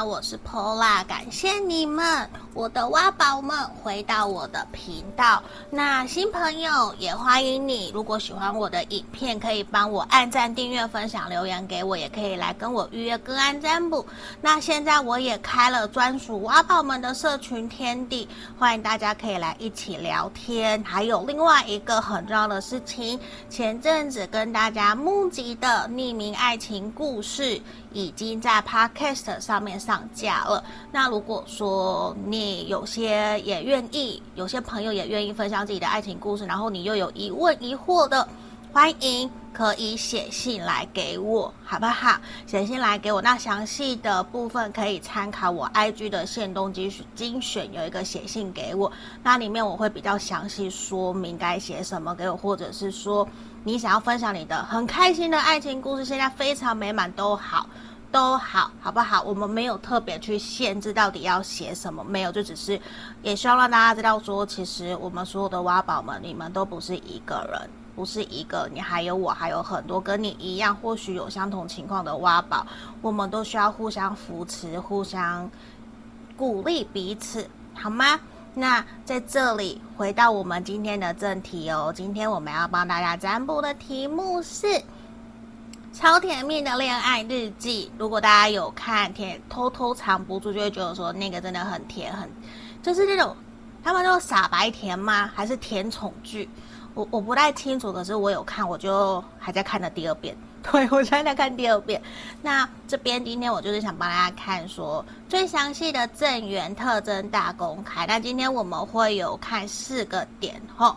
好，我是 Pola， 感谢你们，我的挖宝们回到我的频道。那新朋友也欢迎你，如果喜欢我的影片，可以帮我按赞、订阅、分享、留言给我，也可以来跟我预约个案占卜。那现在我也开了专属挖宝们的社群天地，欢迎大家可以来一起聊天。还有另外一个很重要的事情，前阵子跟大家募集的匿名爱情故事已经在 Podcast 上面上架了。那如果说你有些也愿意，有些朋友也愿意分享自己的爱情故事，然后你又有疑问疑惑的，欢迎可以写信来给我，好不好？写信来给我，那详细的部分可以参考我 IG 的限动精选，有一个写信给我，那里面我会比较详细说明该写什么给我，或者是说你想要分享你的很开心的爱情故事，现在非常美满都好，好不好？我们没有特别去限制到底要写什么，没有，就只是也希望让大家知道说，其实我们所有的挖宝们，你们都不是一个人，不是一个，你还有我，还有很多跟你一样或许有相同情况的挖宝，我们都需要互相扶持，互相鼓励彼此，好吗？那在这里回到我们今天的正题哦，今天我们要帮大家占卜的题目是超甜蜜的恋爱日记。如果大家有看偷偷藏不住，就会觉得说那个真的很甜，就是那种他们那种傻白甜吗？还是甜宠剧？我不太清楚，可是我有看，我就还在看了第二遍。对，我现在在看第二遍。那这边今天我就是想帮大家看说最详细的正缘特征大公开。那今天我们会有看4个点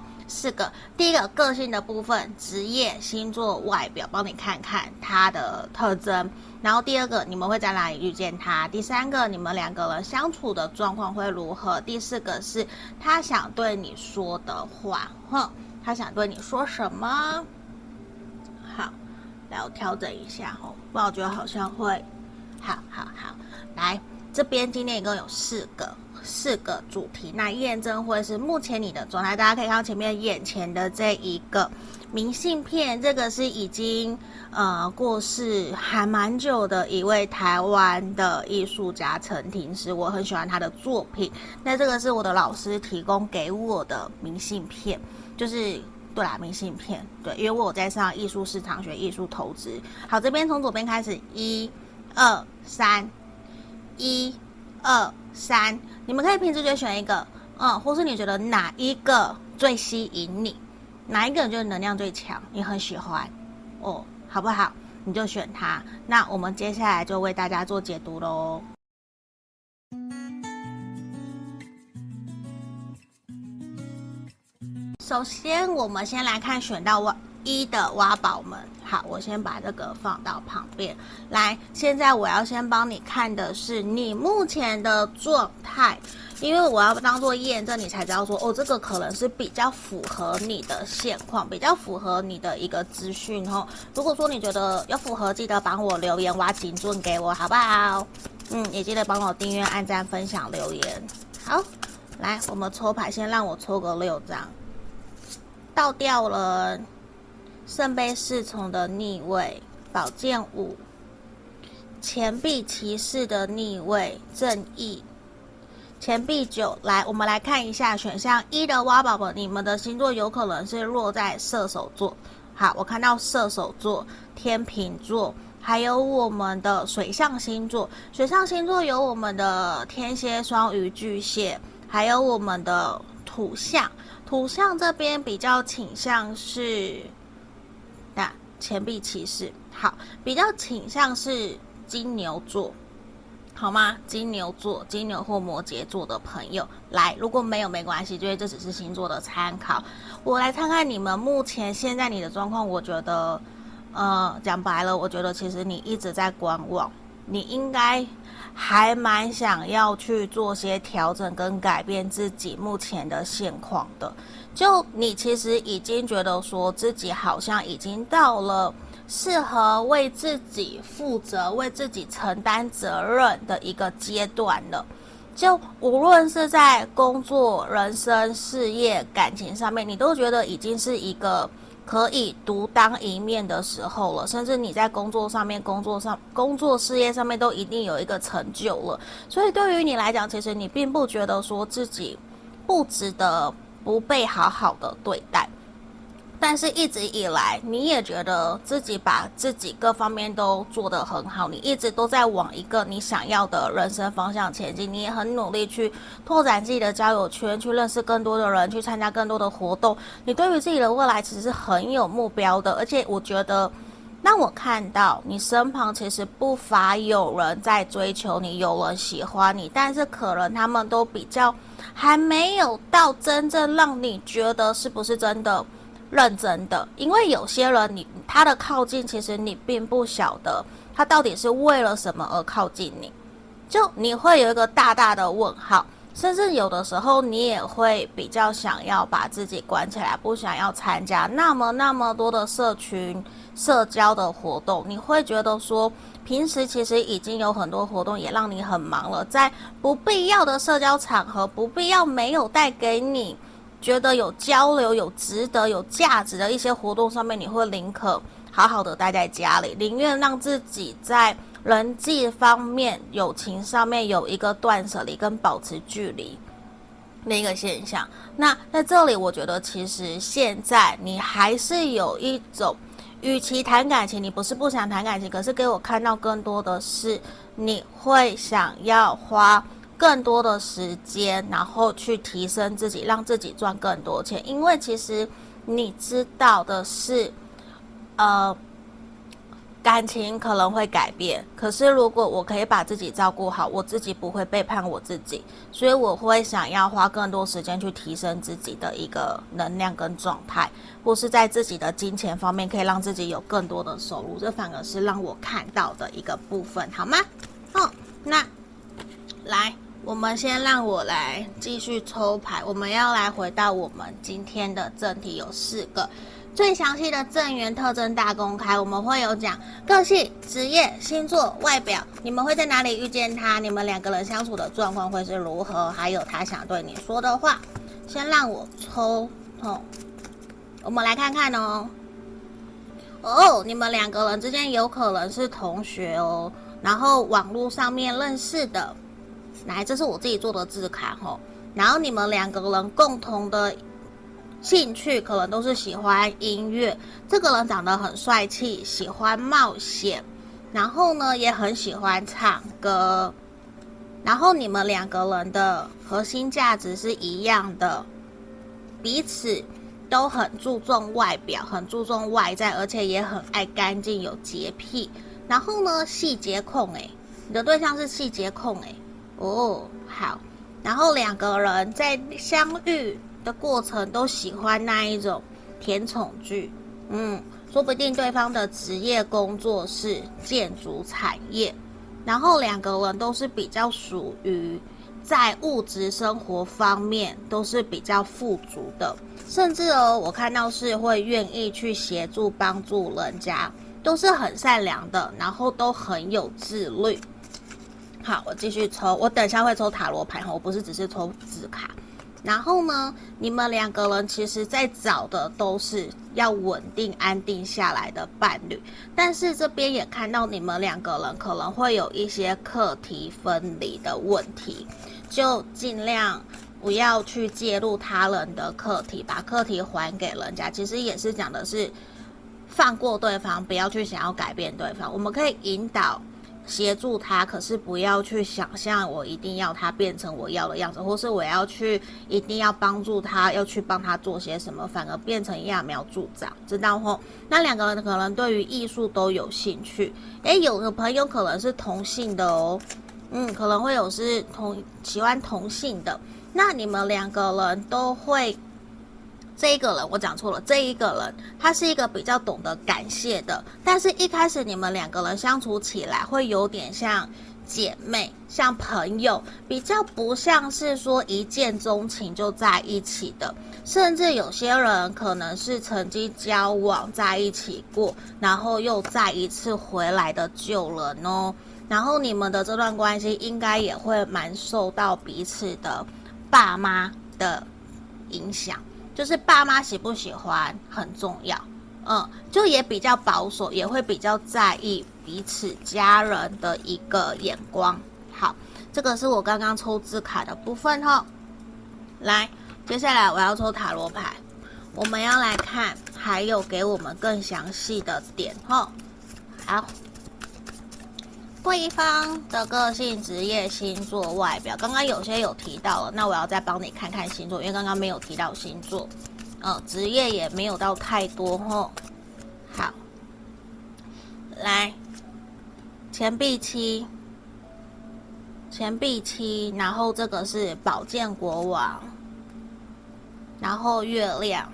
4个。第一个个性的部分，职业、星座、外表，帮你看看他的特征。然后第二个，你们会在哪里遇见他？第三个，你们2个人相处的状况会如何？第4个是他想对你说的话，他想对你说什么？好，来我调整一下不然我觉得好像会，好，来这边今天一共有4个主题，那验证会是目前你的状态。大家可以看到前面眼前的这一个明信片，这个是已经过世还蛮久的一位台湾的艺术家陈庭师，我很喜欢他的作品。那这个是我的老师提供给我的明信片，就是对啦，明信片，对，因为我有在上艺术市场学艺术投资。好，这边从左边开始，1、2、3，1、2、3，你们可以凭直觉选一个，或是你觉得哪一个最吸引你，哪一个你觉得能量最强，你很喜欢好不好？你就选它。那我们接下来就为大家做解读咯。首先我们先来看选到1的挖宝们。好，我先把这个放到旁边来。现在我要先帮你看的是你目前的状态，因为我要当做验证，你才知道说这个可能是比较符合你的现况，比较符合你的一个资讯如果说你觉得要符合，记得帮我留言挖警准给我，好不好？也记得帮我订阅、按赞、分享、留言。好，来我们抽牌，先让我抽个6张。倒掉了圣杯侍从的逆位，宝剑5，钱币骑士的逆位，正义，钱币9。来，我们来看一下选项1的挖宝宝，你们的星座有可能是落在射手座。好，我看到射手座、天秤座，还有我们的水象星座。水象星座有我们的天蝎、双鱼、巨蟹，还有我们的土象。土象这边比较倾向是钱币骑士，好，比较倾向是金牛座，好吗？金牛座、金牛或摩羯座的朋友，来，如果没有没关系，因为这只是星座的参考。我来看看你们目前现在你的状况，我觉得，讲白了，我觉得其实你一直在观望，你应该还蛮想要去做些调整跟改变自己目前的现况的。就你其实已经觉得说自己好像已经到了适合为自己负责、为自己承担责任的一个阶段了。就无论是在工作、人生、事业、感情上面，你都觉得已经是一个可以独当一面的时候了，甚至你在工作事业上面都一定有一个成就了。所以对于你来讲，其实你并不觉得说自己不值得不被好好的对待。但是一直以来，你也觉得自己把自己各方面都做得很好，你一直都在往一个你想要的人生方向前进，你也很努力去拓展自己的交友圈，去认识更多的人，去参加更多的活动。你对于自己的未来其实是很有目标的，而且我觉得让我看到你身旁其实不乏有人在追求你，有人喜欢你，但是可能他们都比较还没有到真正让你觉得是不是真的认真的。因为有些人他的靠近其实你并不晓得他到底是为了什么而靠近你，就你会有一个大大的问号，甚至有的时候你也会比较想要把自己关起来，不想要参加那么多的社群社交的活动。你会觉得说平时其实已经有很多活动也让你很忙了，在不必要的社交场合，不必要没有带给你觉得有交流有值得有价值的一些活动上面，你会宁可好好的待在家里，宁愿让自己在人际方面友情上面有一个断舍离跟保持距离的一个现象。那在这里我觉得其实现在你还是有一种，与其谈感情，你不是不想谈感情，可是给我看到更多的是你会想要花更多的时间，然后去提升自己，让自己赚更多钱。因为其实你知道的是感情可能会改变，可是如果我可以把自己照顾好，我自己不会背叛我自己，所以我会想要花更多时间去提升自己的一个能量跟状态，或是在自己的金钱方面可以让自己有更多的收入，这反而是让我看到的一个部分，好吗？那来，我们先让我来继续抽牌，我们要来回到我们今天的正题，有4个最详细的正缘特征大公开。我们会有讲个性、职业、星座、外表，你们会在哪里遇见他，你们2个人相处的状况会是如何，还有他想对你说的话。先让我抽我们来看看你们2个人之间有可能是同学然后网络上面认识的。来，这是我自己做的字卡然后你们2个人共同的兴趣可能都是喜欢音乐，这个人长得很帅气，喜欢冒险，然后呢也很喜欢唱歌，然后你们2个人的核心价值是一样的，彼此都很注重外表，很注重外在，而且也很爱干净，有洁癖，然后呢细节控你的对象是细节控好，然后2个人在相遇的过程都喜欢那一种甜宠剧，说不定对方的职业工作是建筑产业，然后2个人都是比较属于在物质生活方面都是比较富足的，甚至我看到是会愿意去协助帮助人家，都是很善良的，然后都很有自律。好，我继续抽，我等一下会抽塔罗牌，我不是只是抽字卡。然后呢，你们2个人其实在找的都是要稳定安定下来的伴侣，但是这边也看到你们2个人可能会有一些课题分离的问题，就尽量不要去介入他人的课题，把课题还给人家。其实也是讲的是放过对方，不要去想要改变对方，我们可以引导协助他，可是不要去想象我一定要他变成我要的样子，或是我要去一定要帮助他，要去帮他做些什么，反而变成揠苗助长，知道后那2个人可能对于艺术都有兴趣，有的朋友可能是同性的可能会有是喜欢同性的，那你们2个人都会，这一个人我讲错了，这一个人他是一个比较懂得感谢的，但是一开始你们2个人相处起来会有点像姐妹，像朋友，比较不像是说一见钟情就在一起的，甚至有些人可能是曾经交往在一起过，然后又再一次回来的旧人然后你们的这段关系应该也会蛮受到彼此的爸妈的影响，就是爸妈喜不喜欢很重要就也比较保守，也会比较在意彼此家人的一个眼光。好，这个是我刚刚抽字卡的部分吼。来，接下来我要抽塔罗牌，我们要来看还有给我们更详细的点吼。好，对方的个性、职业、星座、外表，刚刚有些有提到了，那我要再帮你看看星座，因为刚刚没有提到星座。职业也没有到太多吼。好，来，钱币七，然后这个是宝剑国王，然后月亮，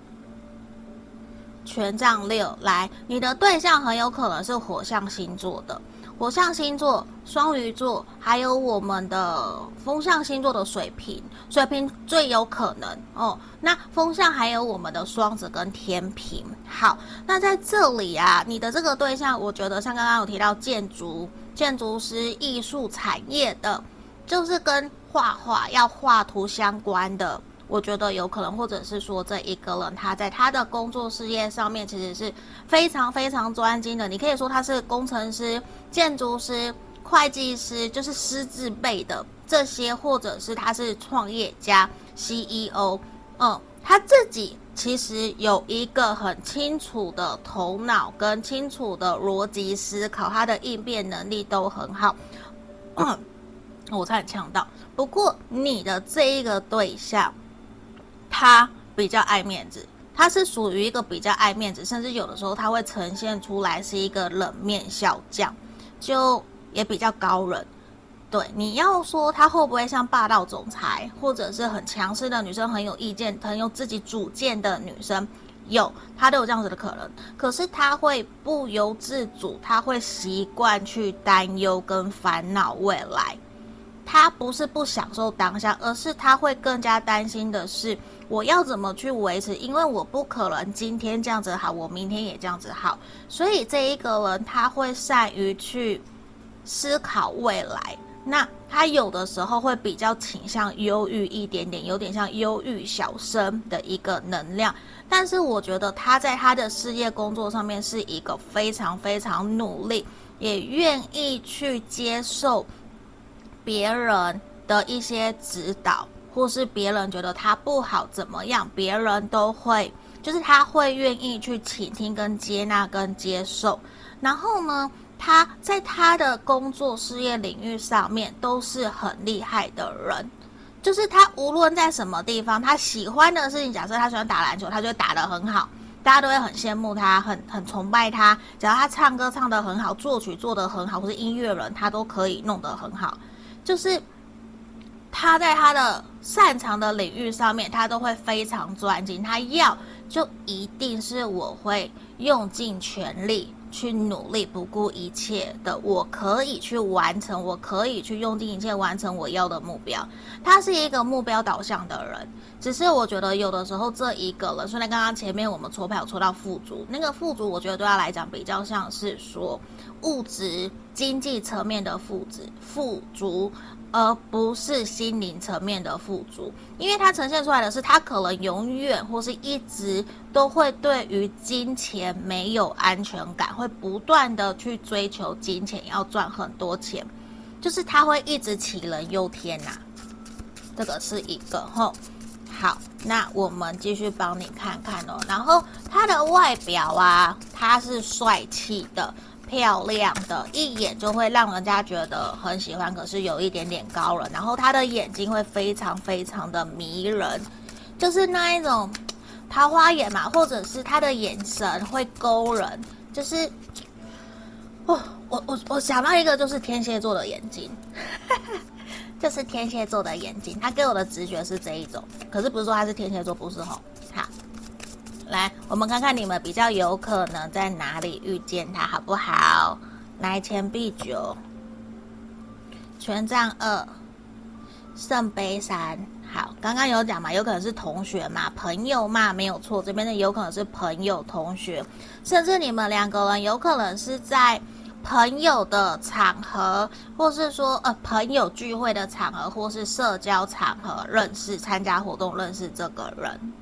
权杖六。来，你的对象很有可能是火象星座的。火象星座、双鱼座，还有我们的风象星座的水瓶最有可能哦。那风象还有我们的双子跟天秤。好，那在这里啊，你的这个对象，我觉得像刚刚有提到建筑师、艺术产业的，就是跟画画要画图相关的。我觉得有可能，或者是说这一个人他在他的工作事业上面其实是非常非常专精的。你可以说他是工程师、建筑师、会计师，就是师字辈的这些，或者是他是创业家、CEO，他自己其实有一个很清楚的头脑跟清楚的逻辑思考，他的应变能力都很好。我差点呛到。不过你的这一个对象，他比较爱面子，他是属于一个比较爱面子，甚至有的时候他会呈现出来是一个冷面笑匠，就也比较高冷。对，你要说他会不会像霸道总裁，或者是很强势的女生，很有意见、很有自己主见的女生，他都有这样子的可能。可是他会不由自主，他会习惯去担忧跟烦恼未来。他不是不享受当下，而是他会更加担心的是，我要怎么去维持，因为我不可能今天这样子好，我明天也这样子好。所以这一个人他会善于去思考未来，那他有的时候会比较倾向忧郁一点点，有点像忧郁小生的一个能量。但是我觉得他在他的事业工作上面是一个非常非常努力，也愿意去接受别人的一些指导，或是别人觉得他不好怎么样，别人都会，就是他会愿意去倾听跟接纳跟接受。然后呢，他在他的工作事业领域上面都是很厉害的人，就是他无论在什么地方，他喜欢的事情，假设他喜欢打篮球，他就打得很好，大家都会很羡慕他，很崇拜他。只要他唱歌唱得很好，作曲做得很好，或是音乐人，他都可以弄得很好。就是他在他的擅长的领域上面，他都会非常专精。他就一定是我会用尽全力去努力，不顾一切的，我可以去完成，我可以去用尽一切完成我要的目标。他是一个目标导向的人，只是我觉得有的时候这一个人，虽然刚刚前面我们抽牌有抽到富足，那个富足我觉得对他来讲比较像是说物质经济层面的富足，而不是心灵层面的富足。因为他呈现出来的是他可能永远或是一直都会对于金钱没有安全感，会不断的去追求金钱，要赚很多钱，就是他会一直杞人忧天啊，这个是一个吼。好，那我们继续帮你看看哦。然后他的外表啊，他是帅气的、漂亮的，一眼就会让人家觉得很喜欢，可是有一点点高冷。然后他的眼睛会非常非常的迷人，就是那一种桃花眼嘛，或者是他的眼神会勾人，就是我想到一个，就是天蝎座的眼睛。就是天蝎座的眼睛，他给我的直觉是这一种，可是不是说他是天蝎座，不是吼。好，来，我们看看你们比较有可能在哪里遇见他，好不好？来，钱币9，权杖2，圣杯3。好，刚刚有讲嘛，有可能是同学嘛，朋友嘛，没有错，这边的有可能是朋友、同学，甚至你们两个人有可能是在朋友的场合，或是说朋友聚会的场合，或是社交场合认识，参加活动认识这个人的。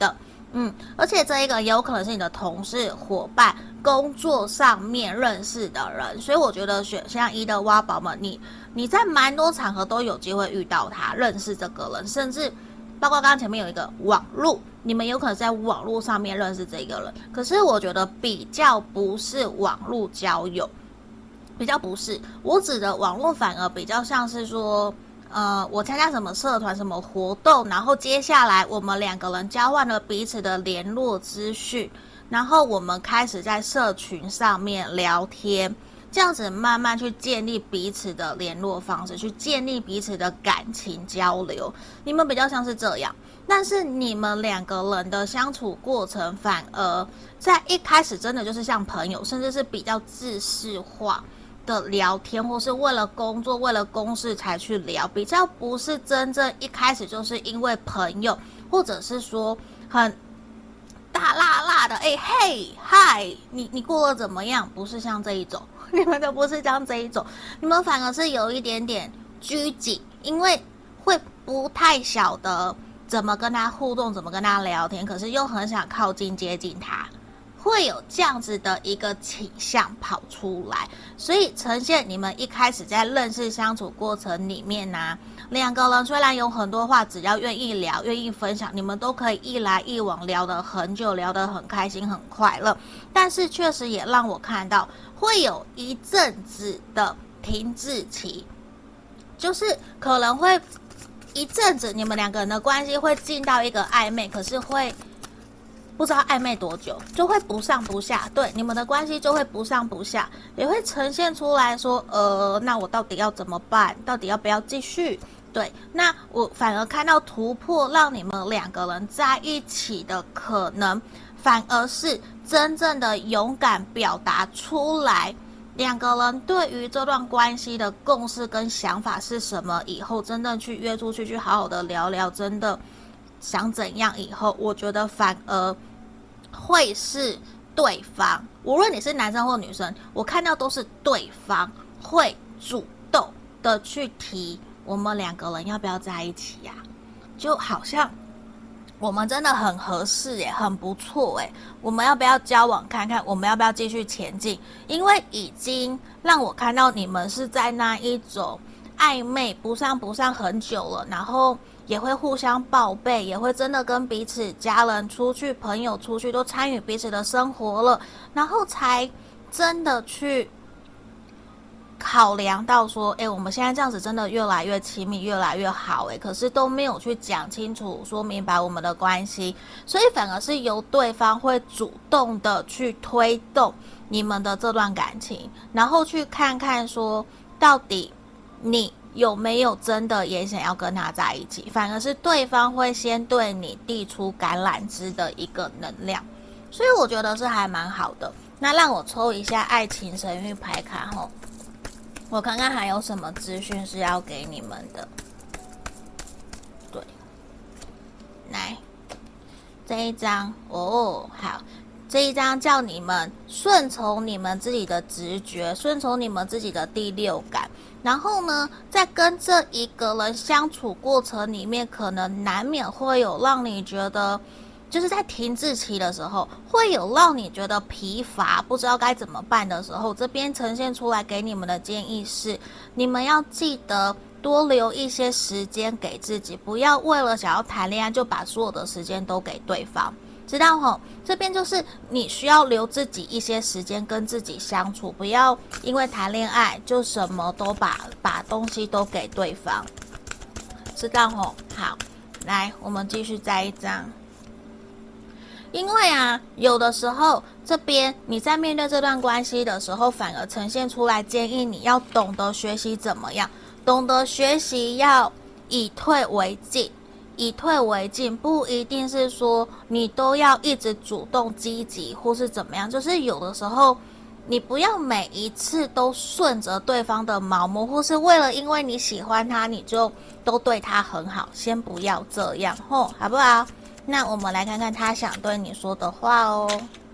而且这一个也有可能是你的同事、伙伴、工作上面认识的人，所以我觉得选项一的挖宝们，你在蛮多场合都有机会遇到他，认识这个人，甚至包括刚刚前面有一个网络，你们有可能在网络上面认识这个人，可是我觉得比较不是网络交友，比较不是，我指的网络反而比较像是说。我参加什么社团、什么活动，然后接下来我们两个人交换了彼此的联络资讯，然后我们开始在社群上面聊天，这样子慢慢去建立彼此的联络方式，去建立彼此的感情交流。你们比较像是这样，但是你们两个人的相处过程反而在一开始真的就是像朋友，甚至是比较自视化的聊天，或是为了工作、为了公事才去聊，比较不是真正一开始就是因为朋友，或者是说很大辣辣的，嘿嗨，你过得怎么样？不是像这一种，你们都不是像这一种，你们反而是有一点点拘谨，因为会不太晓得怎么跟他互动，怎么跟他聊天，可是又很想靠近接近他。会有这样子的一个倾向跑出来，所以呈现你们一开始在认识相处过程里面呢，两个人虽然有很多话，只要愿意聊、愿意分享，你们都可以一来一往聊得很久，聊得很开心、很快乐。但是确实也让我看到会有一阵子的停滞期，就是可能会一阵子你们两个人的关系会进到一个暧昧，可是会不知道暧昧多久，就会不上不下，对，你们的关系就会不上不下，也会呈现出来说，那我到底要怎么办？到底要不要继续？对，那我反而看到突破，让你们两个人在一起的可能，反而是真正的勇敢表达出来，两个人对于这段关系的共识跟想法是什么，以后真正去约出去，去好好的聊聊，真的想怎样以后，我觉得反而会是对方，无论你是男生或女生，我看到都是对方会主动的去提我们两个人要不要在一起呀？就好像我们真的很合适耶，很不错耶，我们要不要交往看看？我们要不要继续前进？因为已经让我看到你们是在那一种暧昧不上不上很久了，然后也会互相报备，也会真的跟彼此家人出去、朋友出去都参与彼此的生活了，然后才真的去考量到说，我们现在这样子真的越来越亲密，越来越好，可是都没有去讲清楚、说明白我们的关系，所以反而是由对方会主动的去推动你们的这段感情，然后去看看说，到底你有没有真的也想要跟他在一起，反而是对方会先对你递出橄榄枝的一个能量，所以我觉得是还蛮好的。那让我抽一下爱情神谕牌卡吼，我看看还有什么资讯是要给你们的。对，来这一张哦，好，这一张叫你们顺从你们自己的直觉，顺从你们自己的第六感。然后呢，在跟这一个人相处过程里面，可能难免会有让你觉得，就是在停滞期的时候，会有让你觉得疲乏，不知道该怎么办的时候，这边呈现出来给你们的建议是，你们要记得多留一些时间给自己，不要为了想要谈恋爱就把所有的时间都给对方。知道吼，这边就是你需要留自己一些时间跟自己相处，不要因为谈恋爱就什么都把东西都给对方，知道吼？好，来，我们继续再一张。因为啊，有的时候这边你在面对这段关系的时候，反而呈现出来建议你要懂得学习怎么样，懂得学习要以退为进。以退为进，不一定是说你都要一直主动积极或是怎么样，就是有的时候你不要每一次都顺着对方的毛毛，或是为了因为你喜欢他你就都对他很好，先不要这样吼，好不好？那我们来看看他想对你说的话哦。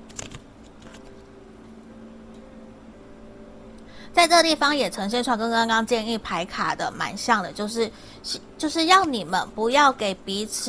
在这个地方也呈现出来跟刚刚建议牌卡的蛮像的，就是要你们不要给彼此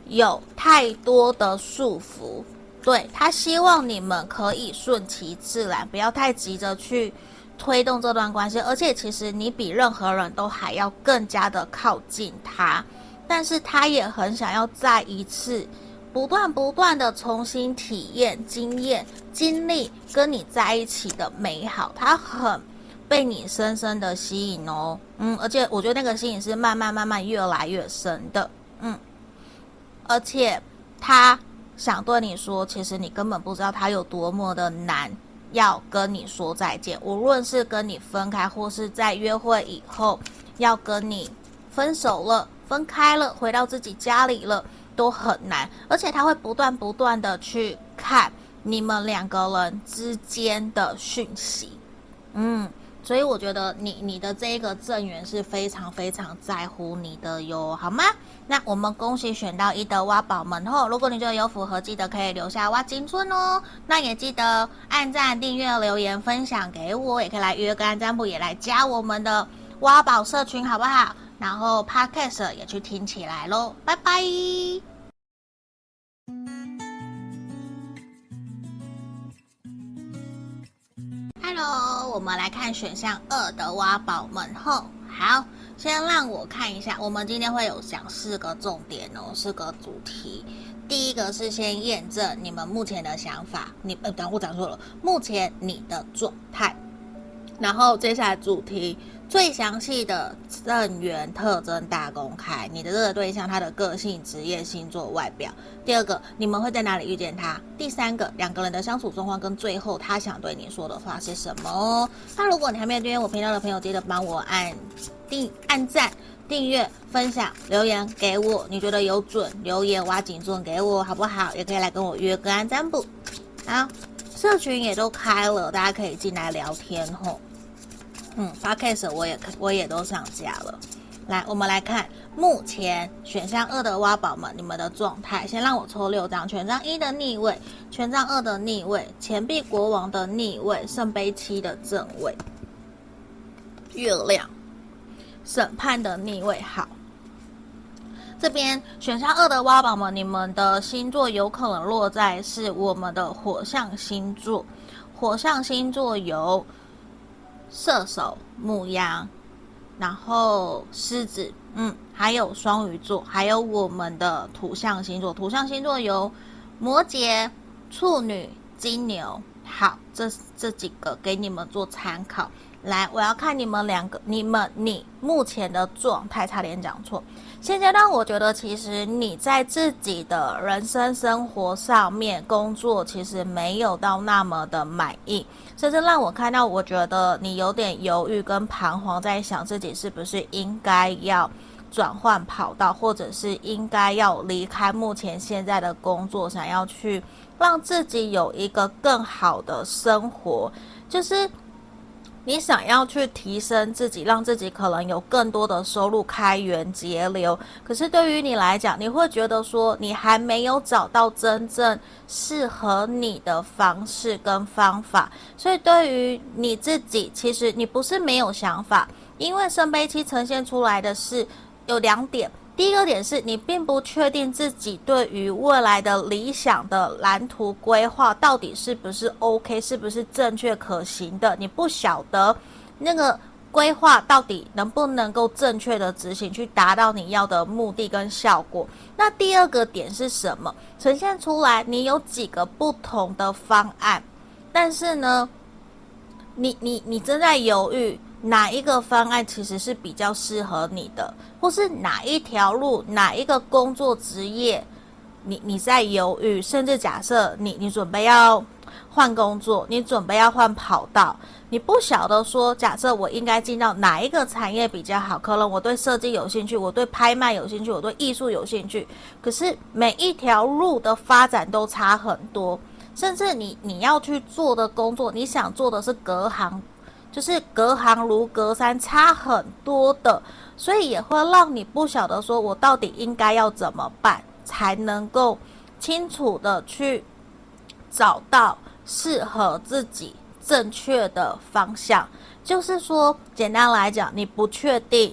有太多的束缚。对，他希望你们可以顺其自然，不要太急着去推动这段关系，而且其实你比任何人都还要更加的靠近他，但是他也很想要再一次不断的重新体验、经历跟你在一起的美好，他很被你深深的吸引哦，而且我觉得那个吸引是慢慢越来越深的，而且他想对你说，其实你根本不知道他有多么的难要跟你说再见，无论是跟你分开，或是在约会以后要跟你分手了、分开了、回到自己家里了，都很难。而且他会不断的去看你们两个人之间的讯息，所以我觉得你的这一个正缘是非常在乎你的哟，好吗？那我们恭喜选到1的挖宝们后，如果你觉得有符合，记得可以留下挖金尊哦。那也记得按赞、订阅、留言、分享给我，也可以来约个案占卜，也来加我们的挖宝社群，好不好？然后 Podcast 也去听起来咯，拜拜。Hello， 我们来看选项2的挖宝们后，好，先让我看一下，我们今天会有讲4个重点哦，4个主题。第一个是先验证你们目前的想法，我讲错了，目前你的状态。然后接下来主题最详细的正缘特征大公开，你的这个对象他的个性、职业、星座、外表。第二个，你们会在哪里遇见他？第三个，两个人的相处状况跟最后他想对你说的话是什么哦？那如果你还没有订阅我频道的朋友，记得帮我按赞、订阅、分享、留言给我，你觉得有准，留言挖井准给我好不好？也可以来跟我约个案占卜。好，社群也都开了，大家可以进来聊天吼。Podcast 我也都上架了。来，我们来看目前选项2的挖宝们，你们的状态。先让我抽6张，权杖1的逆位，权杖2的逆位，钱币国王的逆位，圣杯7的正位，月亮，审判的逆位。好，这边选项2的挖宝们，你们的星座有可能落在是我们的火象星座，火象星座有射手、牡羊，然后狮子，还有双鱼座，还有我们的土象星座。土象星座有摩羯、处女、金牛。好，这几个给你们做参考。来，我要看你们两个，你目前的状态，差点讲错。现阶段我觉得其实你在自己的人生生活上面工作其实没有到那么的满意，甚至让我看到我觉得你有点犹豫跟彷徨，在想自己是不是应该要转换跑道，或者是应该要离开目前现在的工作，想要去让自己有一个更好的生活，就是你想要去提升自己，让自己可能有更多的收入开源节流，可是对于你来讲，你会觉得说你还没有找到真正适合你的方式跟方法，所以对于你自己，其实你不是没有想法，因为圣杯7呈现出来的是有2点。第一个点是你并不确定自己对于未来的理想的蓝图规划到底是不是 OK， 是不是正确可行的，你不晓得那个规划到底能不能够正确的执行，去达到你要的目的跟效果。那第二个点是什么？呈现出来你有几个不同的方案，但是呢你正在犹豫哪一个方案其实是比较适合你的，或是哪一条路，哪一个工作职业你在犹豫，甚至假设你准备要换工作，你准备要换跑道，你不晓得说假设我应该进到哪一个产业比较好，可能我对设计有兴趣，我对拍卖有兴趣，我对艺术有兴趣，可是每一条路的发展都差很多，甚至你要去做的工作，你想做的是隔行，就是隔行如隔山，差很多的，所以也会让你不晓得说我到底应该要怎么办，才能够清楚的去找到适合自己正确的方向。就是说简单来讲，你不确定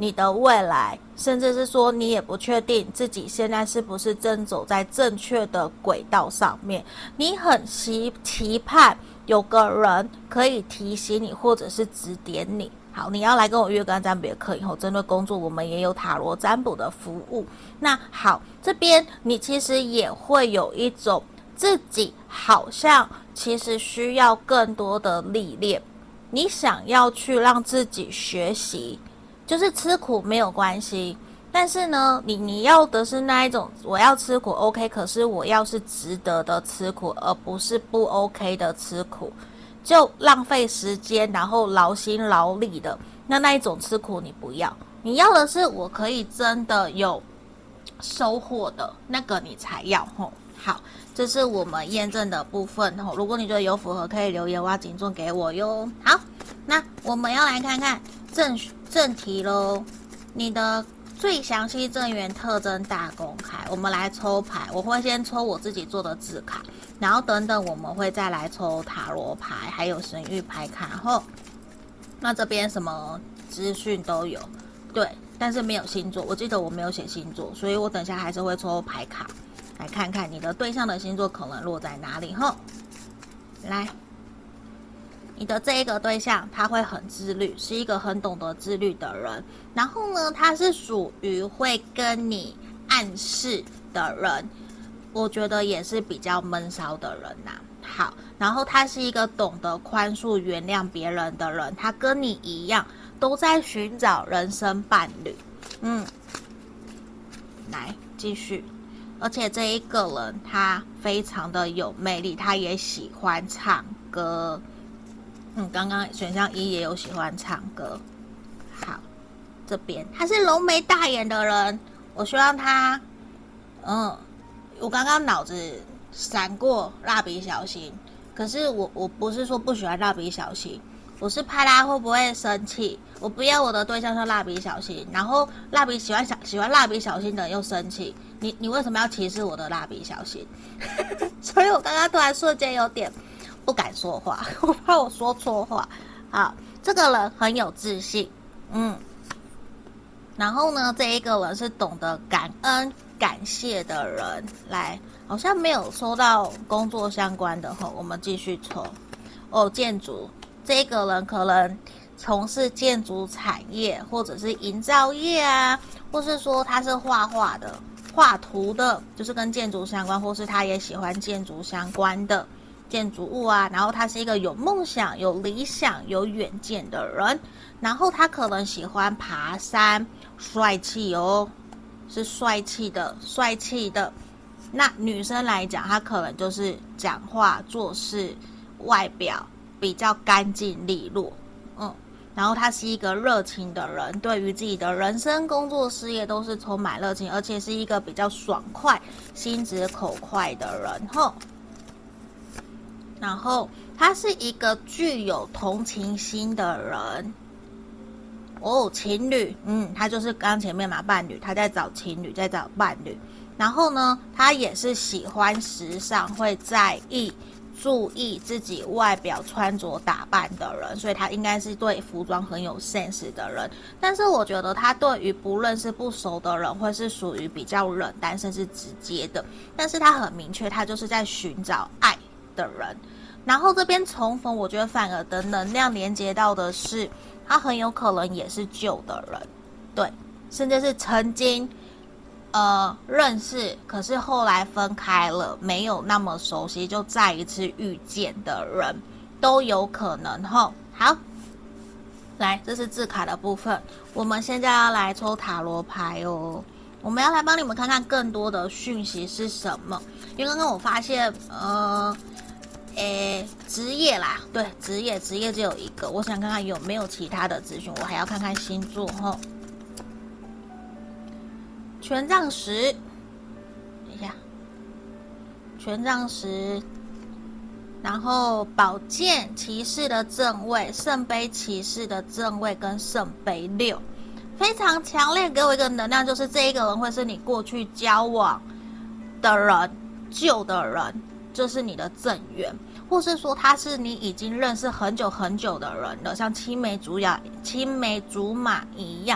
你的未来，甚至是说你也不确定自己现在是不是正走在正确的轨道上面，你很期盼有个人可以提醒你或者是指点你。好，你要来跟我约个占卜的课以后，针对工作我们也有塔罗占卜的服务。那好，这边你其实也会有一种自己好像其实需要更多的历练，你想要去让自己学习，就是吃苦没有关系，但是呢，你要的是那一种，我要吃苦 OK， 可是我要是值得的吃苦，而不是不 OK 的吃苦，就浪费时间，然后劳心劳力的，那一种吃苦你不要，你要的是我可以真的有收获的那个你才要吼。好，这是我们验证的部分吼，如果你觉得有符合，可以留言挖紧重给我哟。好，那我们要来看看正题咯，你的最详细正缘特征大公开，我们来抽牌，我会先抽我自己做的字卡，然后等等我们会再来抽塔罗牌，还有神谕牌卡后，那这边什么资讯都有，对，但是没有星座，我记得我没有写星座，所以我等下还是会抽牌卡，来看看你的对象的星座可能落在哪里后，来。你的这一个对象他会很自律，是一个很懂得自律的人，然后呢他是属于会跟你暗示的人，我觉得也是比较闷骚的人呐。好，然后他是一个懂得宽恕原谅别人的人，他跟你一样都在寻找人生伴侣。来继续，而且这一个人他非常的有魅力，他也喜欢唱歌。刚刚选项一也有喜欢唱歌。好，这边他是浓眉大眼的人，我希望他，我刚刚脑子闪过蜡笔小新，可是我不是说不喜欢蜡笔小新，我是怕他会不会生气，我不要我的对象像蜡笔小新，然后喜欢蜡笔小新的人又生气，你为什么要歧视我的蜡笔小新？所以我刚刚突然瞬间有点不敢说话，我怕我说错话。好，这个人很有自信，然后呢，这一个人是懂得感恩、感谢的人。来，好像没有收到工作相关的吼，我们继续抽。建筑，这一个人可能从事建筑产业，或者是营造业啊，或是说他是画画的、画图的，就是跟建筑相关，或是他也喜欢建筑相关的建筑物啊，然后他是一个有梦想、有理想、有远见的人，然后他可能喜欢爬山，帅气哦，是帅气的。那女生来讲，她可能就是讲话做事外表比较干净利落，然后他是一个热情的人，对于自己的人生、工作、事业都是充满热情，而且是一个比较爽快、心直口快的人吼。然后他是一个具有同情心的人情侣，他就是刚前面嘛，伴侣，他在找情侣，在找伴侣。然后呢，他也是喜欢时尚，会在意、注意自己外表穿着打扮的人，所以他应该是对服装很有 sense 的人。但是我觉得他对于不认识不熟的人，会是属于比较冷淡甚至直接的。但是他很明确，他就是在寻找爱的人。然后这边重逢，我觉得反而的能量连接到的是，他很有可能也是旧的人，对，甚至是曾经认识，可是后来分开了，没有那么熟悉，就再一次遇见的人，都有可能吼。好，来，这是字卡的部分，我们现在要来抽塔罗牌哦。我们要来帮你们看看更多的讯息是什么，因为刚刚我发现职业啦，对，职业只有一个，我想看看有没有其他的资讯，我还要看看星座吼。权杖十，等一下，权杖十，然后宝剑骑士的正位，圣杯骑士的正位跟圣杯六，非常强烈给我一个能量，就是这一个人会是你过去交往的人，旧的人，就是你的正缘，或是说他是你已经认识很久很久的人了，像青梅竹马一样，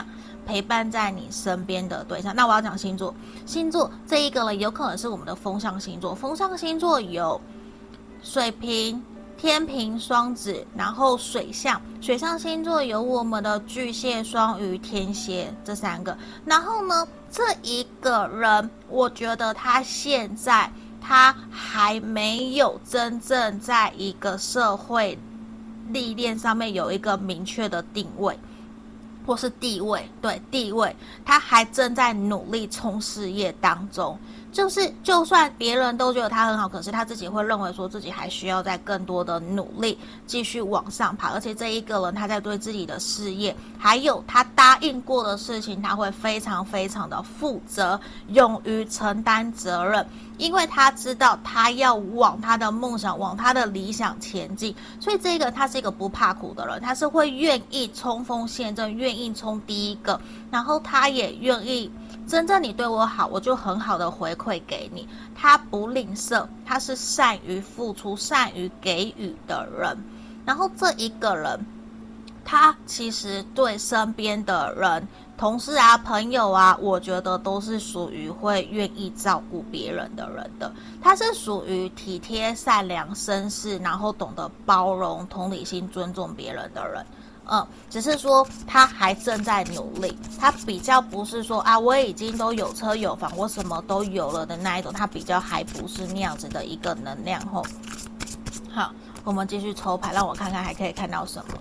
陪伴在你身边的对象。那我要讲星座，星座这一个呢，有可能是我们的风象星座。风象星座有水瓶、天秤、双子，然后水象星座有我们的巨蟹、双鱼、天蝎这3个。然后呢，这一个人，我觉得他现在他还没有真正在一个社会历练上面有一个明确的定位或是地位，对，地位，他还正在努力冲事业当中。就算别人都觉得他很好，可是他自己会认为说自己还需要再更多的努力继续往上爬。而且这一个人他在对自己的事业还有他答应过的事情，他会非常非常的负责，勇于承担责任，因为他知道他要往他的梦想往他的理想前进。所以这个他是一个不怕苦的人，他是会愿意冲锋陷阵，愿意冲第一个，然后他也愿意真正你对我好，我就很好的回馈给你。他不吝啬，他是善于付出、善于给予的人。然后这一个人，他其实对身边的人、同事啊、朋友啊，我觉得都是属于会愿意照顾别人的人的。他是属于体贴、善良、绅士，然后懂得包容、同理心、尊重别人的人。只是说他还正在努力，他比较不是说啊我已经都有车有房，我什么都有了的那一种，他比较还不是那样子的一个能量吼。好，我们继续抽牌，让我看看还可以看到什么。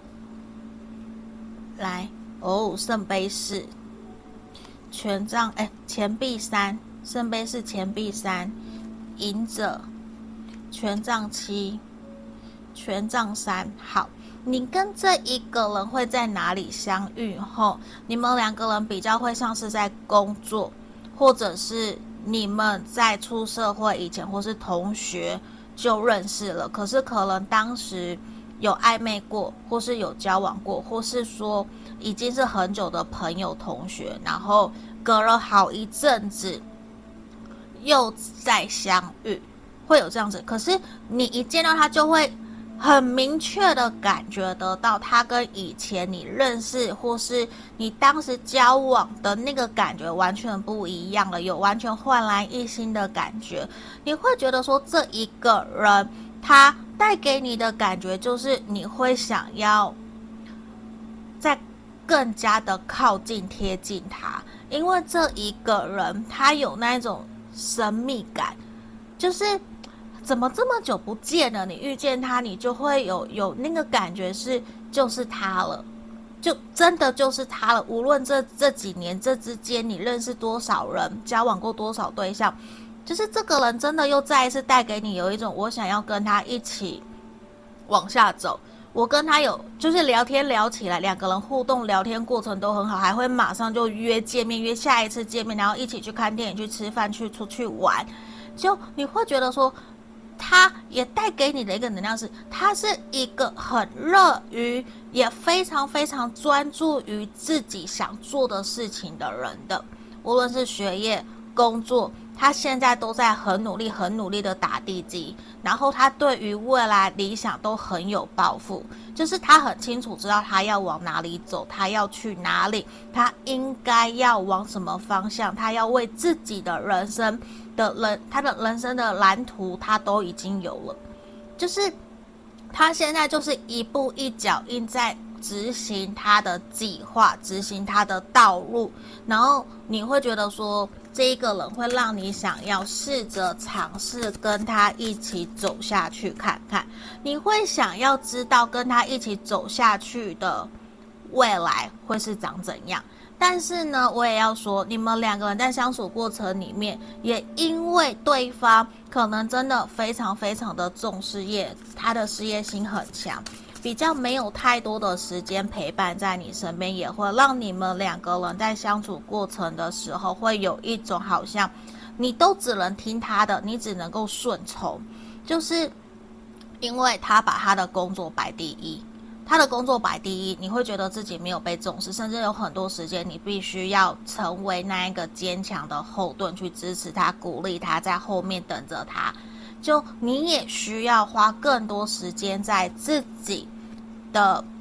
来，圣杯4，权杖，钱币3，圣杯4，钱币3，隐者，权杖7，权杖3。好，你跟这一个人会在哪里相遇后？你们2个人比较会像是在工作，或者是你们在出社会以前或是同学就认识了，可是可能当时有暧昧过，或是有交往过，或是说已经是很久的朋友同学，然后隔了好一阵子又再相遇，会有这样子。可是你一见到他就会很明确的感觉得到他跟以前你认识或是你当时交往的那个感觉完全不一样了，有完全焕然一新的感觉。你会觉得说这一个人他带给你的感觉就是你会想要再更加的靠近贴近他，因为这一个人他有那种神秘感，就是怎么这么久不见了，你遇见他你就会有那个感觉是就是他了，就真的就是他了。无论这几年这之间你认识多少人，交往过多少对象，就是这个人真的又再一次带给你有一种我想要跟他一起往下走。我跟他有就是聊天聊起来，2个人互动聊天过程都很好，还会马上就约见面，约下一次见面，然后一起去看电影、去吃饭、去出去玩。就你会觉得说他也带给你的一个能量是他是一个很乐于也非常非常专注于自己想做的事情的人的，无论是学业工作，他现在都在很努力的打地基，然后他对于未来理想都很有抱负，就是他很清楚知道他要往哪里走，他要去哪里，他应该要往什么方向，他要为自己的人生的他的人生的蓝图他都已经有了，就是他现在就是一步一脚印在执行他的计划，执行他的道路，然后你会觉得说这一个人会让你想要试着尝试跟他一起走下去看看，你会想要知道跟他一起走下去的未来会是长怎样。但是呢，我也要说，你们2个人在相处过程里面，也因为对方可能真的非常非常的重事业，他的事业心很强，比较没有太多的时间陪伴在你身边，也会让你们2个人在相处过程的时候会有一种好像你都只能听他的，你只能够顺从，就是因为他把他的工作摆第一，他的工作摆第一，你会觉得自己没有被重视，甚至有很多时间你必须要成为那一个坚强的后盾，去支持他，鼓励他，在后面等着他。就你也需要花更多时间在自己的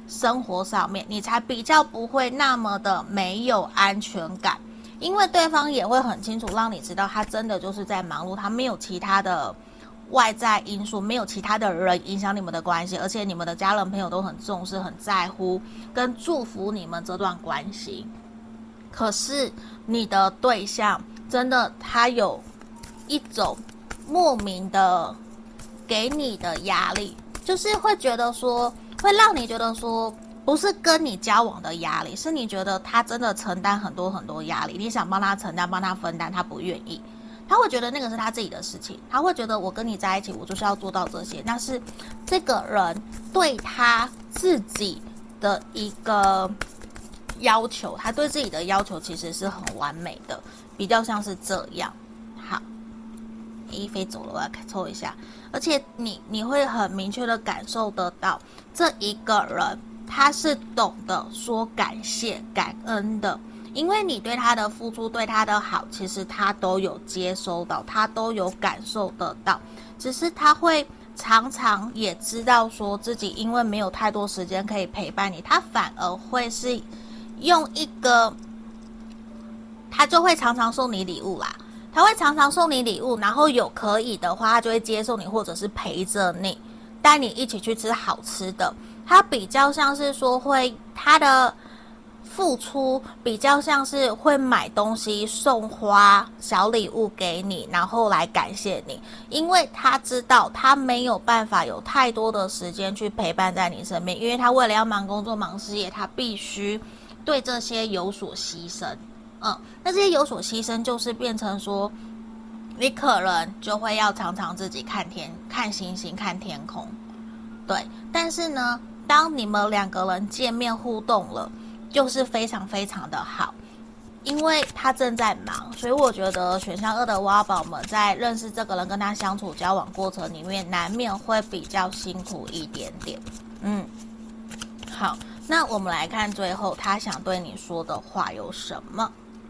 生活上面，你才比较不会那么的没有安全感。因为对方也会很清楚让你知道他真的就是在忙碌，他没有其他的外在因素，没有其他的人影响你们的关系，而且你们的家人朋友都很重视很在乎跟祝福你们这段关系。可是你的对象真的他有一种莫名的给你的压力，就是会觉得说，会让你觉得说不是跟你交往的压力，是你觉得他真的承担很多很多压力，你想帮他承担帮他分担，他不愿意，他会觉得那个是他自己的事情，他会觉得我跟你在一起我就是要做到这些，那是这个人对他自己的一个要求，他对自己的要求其实是很完美的，比较像是这样。好，飞走了，我要抽一下。而且你会很明确的感受得到，这一个人他是懂得说感谢感恩的，因为你对他的付出对他的好，其实他都有接收到，他都有感受得到，只是他会常常也知道说自己因为没有太多时间可以陪伴你，他反而会是用一个，他就会常常送你礼物啦，他会常常送你礼物，然后有可以的话他就会接受你，或者是陪着你，带你一起去吃好吃的，他比较像是说会，他的付出比较像是会买东西送花小礼物给你，然后来感谢你，因为他知道他没有办法有太多的时间去陪伴在你身边，因为他为了要忙工作忙事业，他必须对这些有所牺牲。那这些有所牺牲就是变成说你可能就会要常常自己看天看星星看天空，对，但是呢当你们两个人见面互动了，就是非常非常的好，因为他正在忙，所以我觉得选项2的挖宝们在认识这个人跟他相处交往过程里面，难免会比较辛苦一点点。好，那我们来看最后他想对你说的话有什么。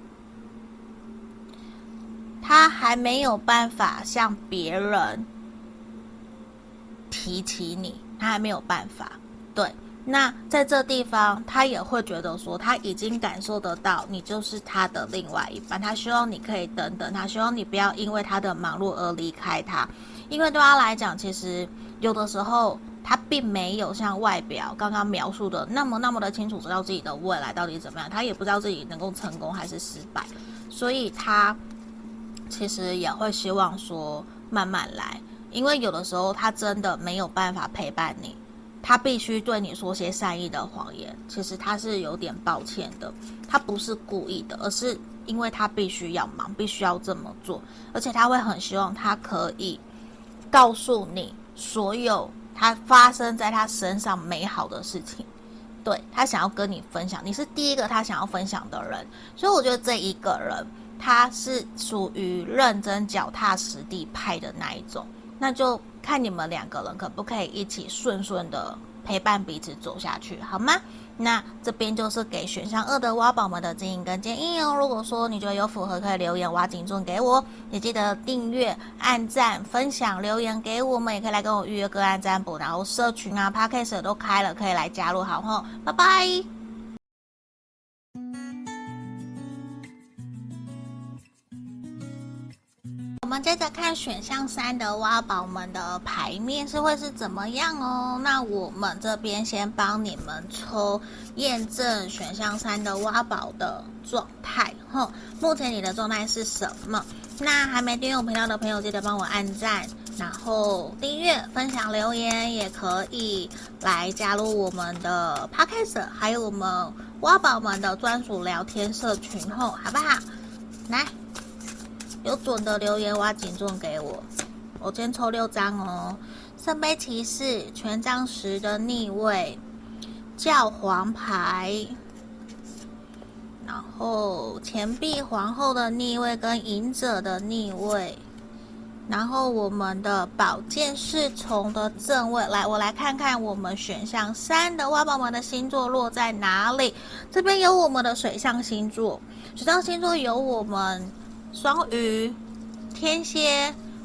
他还没有办法向别人提起你，他还没有办法，对，那在这地方他也会觉得说他已经感受得到你就是他的另外一半，他希望你可以等等，他希望你不要因为他的忙碌而离开他，因为对他来讲其实有的时候他并没有像外表刚刚描述的那么的清楚知道自己的未来到底怎么样，他也不知道自己能够成功还是失败，所以他其实也会希望说慢慢来，因为有的时候他真的没有办法陪伴你，他必须对你说些善意的谎言，其实他是有点抱歉的，他不是故意的，而是因为他必须要忙，必须要这么做，而且他会很希望他可以告诉你所有他发生在他身上美好的事情，对，他想要跟你分享，你是第一个他想要分享的人，所以我觉得这一个人他是属于认真脚踏实地派的那一种，那就看你们两个人可不可以一起顺顺的陪伴彼此走下去，好吗？那这边就是给选项2的挖宝们的建议跟建议哦。如果说你觉得有符合，可以留言挖警钟给我，也记得订阅、按赞、分享、留言给我们，也可以来跟我预约个案占卜，然后社群啊、Podcast 都开了，可以来加入，好吼，拜拜。我们接着看选项3的挖宝们的牌面是会是怎么样哦。那我们这边先帮你们抽验证选项3的挖宝的状态吼，目前你的状态是什么？那还没订阅我频道的朋友，记得帮我按赞，然后订阅、分享、留言，也可以来加入我们的 Podcast， 还有我们挖宝们的专属聊天社群吼，好不好？来。有准的留言挖警钟给我，我今天抽6张哦。圣杯骑士、权杖10的逆位、教皇牌，然后钱币皇后的逆位跟隐者的逆位，然后我们的宝剑侍从的正位。来，我来看看我们选项3的挖宝们的星座落在哪里。这边有我们的水象星座，水象星座有我们双鱼、天蝎、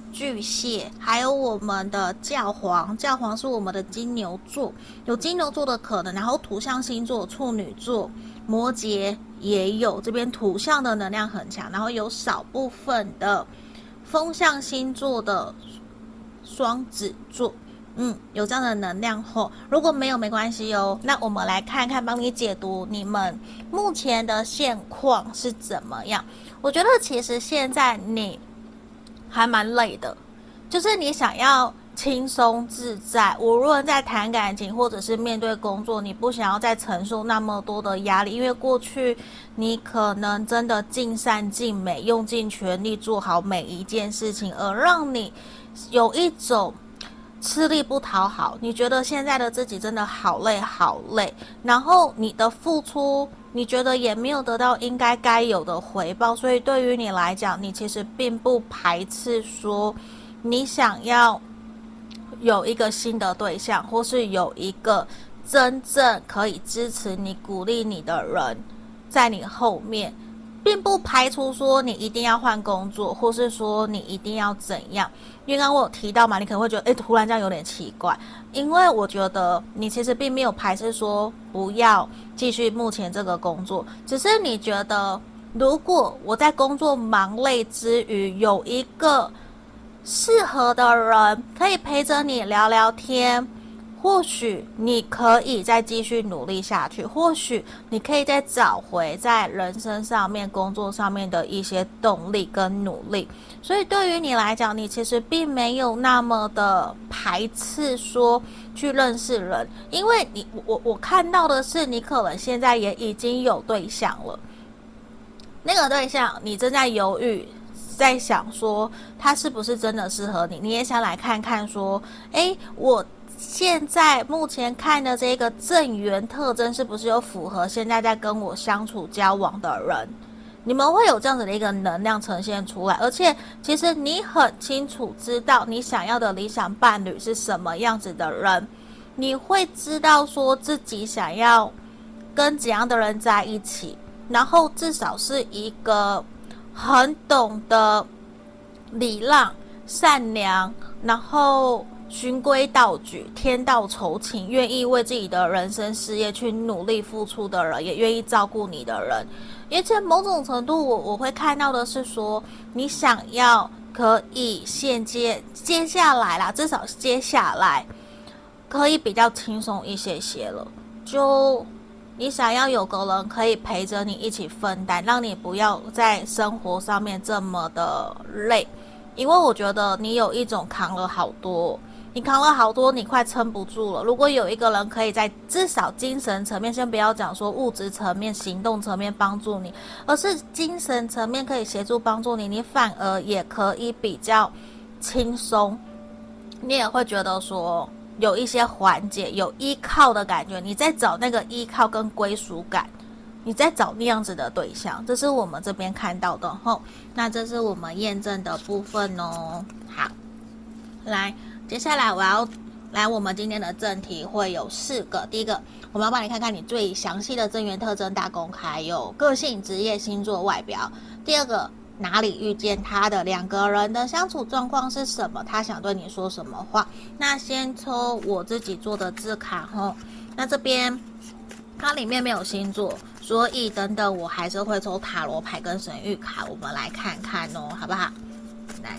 巨蟹，还有我们的教皇，教皇是我们的金牛座，有金牛座的可能，然后土象星座处女座、摩羯也有，这边土象的能量很强，然后有少部分的风象星座的双子座，有这样的能量后，如果没有没关系哦。那我们来看看，帮你解读你们目前的现况是怎么样。我觉得其实现在你还蛮累的，就是你想要轻松自在，无论在谈感情或者是面对工作，你不想要再承受那么多的压力，因为过去你可能真的尽善尽美，用尽全力做好每一件事情，而让你有一种吃力不讨好，你觉得现在的自己真的好累好累，然后你的付出你觉得也没有得到应该有的回报，所以对于你来讲，你其实并不排斥说你想要有一个新的对象，或是有一个真正可以支持你鼓励你的人在你后面，并不排除说你一定要换工作，或是说你一定要怎样。因为刚刚我有提到嘛，你可能会觉得突然这样有点奇怪，因为我觉得你其实并没有排斥说不要继续目前这个工作，只是你觉得如果我在工作忙累之余有一个适合的人可以陪着你聊聊天，或许你可以再继续努力下去，或许你可以再找回在人生上面工作上面的一些动力跟努力。所以对于你来讲，你其实并没有那么的排斥说去认识人，因为我看到的是你可能现在也已经有对象了，那个对象你正在犹豫，在想说他是不是真的适合你，你也想来看看说我现在目前看的这个正缘特征是不是有符合现在在跟我相处交往的人，你们会有这样子的一个能量呈现出来，而且其实你很清楚知道你想要的理想伴侣是什么样子的人，你会知道说自己想要跟怎样的人在一起，然后至少是一个很懂得礼让、善良，然后循规蹈矩、天道酬勤，愿意为自己的人生事业去努力付出的人，也愿意照顾你的人。而且某种程度我会看到的是说，你想要可以接下来啦，至少接下来可以比较轻松一些了，就你想要有个人可以陪着你一起分担，让你不要在生活上面这么的累，因为我觉得你有一种扛了好多，你快撑不住了。如果有一个人可以在至少精神层面，先不要讲说物质层面、行动层面帮助你，而是精神层面可以协助帮助你，你反而也可以比较轻松，你也会觉得说有一些缓解，有依靠的感觉，你在找那个依靠跟归属感，你在找那样子的对象，这是我们这边看到的吼。那这是我们验证的部分哦。好，来，接下来我要来我们今天的正题会有4个。第一个，我们要帮你看看你最详细的正缘特征大公开，有个性、职业、星座、外表。第二个，哪里遇见他的，2个人的相处状况是什么，他想对你说什么话。那先抽我自己做的字卡吼，那这边它里面没有星座，所以等等我还是会抽塔罗牌跟神谕卡，我们来看看哦，好不好？来，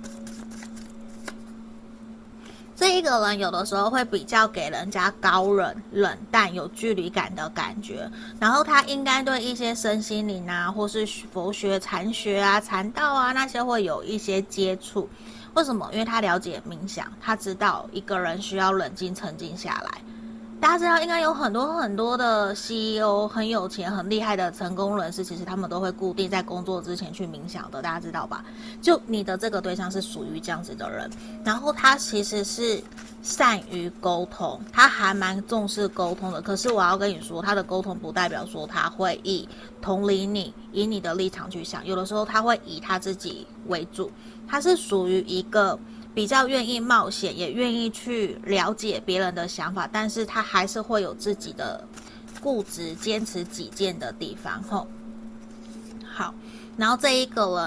这一个人有的时候会比较给人家高冷、冷淡、有距离感的感觉，然后他应该对一些身心灵啊，或是佛学、禅学啊、禅道啊那些会有一些接触。为什么？因为他了解冥想，他知道一个人需要冷静沉静下来。大家知道应该有很多的 CEO 很有钱很厉害的成功人士，其实他们都会固定在工作之前去冥想的，大家知道吧？就你的这个对象是属于这样子的人，然后他其实是善于沟通，他还蛮重视沟通的。可是我要跟你说，他的沟通不代表说他会以同理你，以你的立场去想，有的时候他会以他自己为主，他是属于一个比较愿意冒险，也愿意去了解别人的想法，但是他还是会有自己的固执、坚持己见的地方吼。好，然后这一个人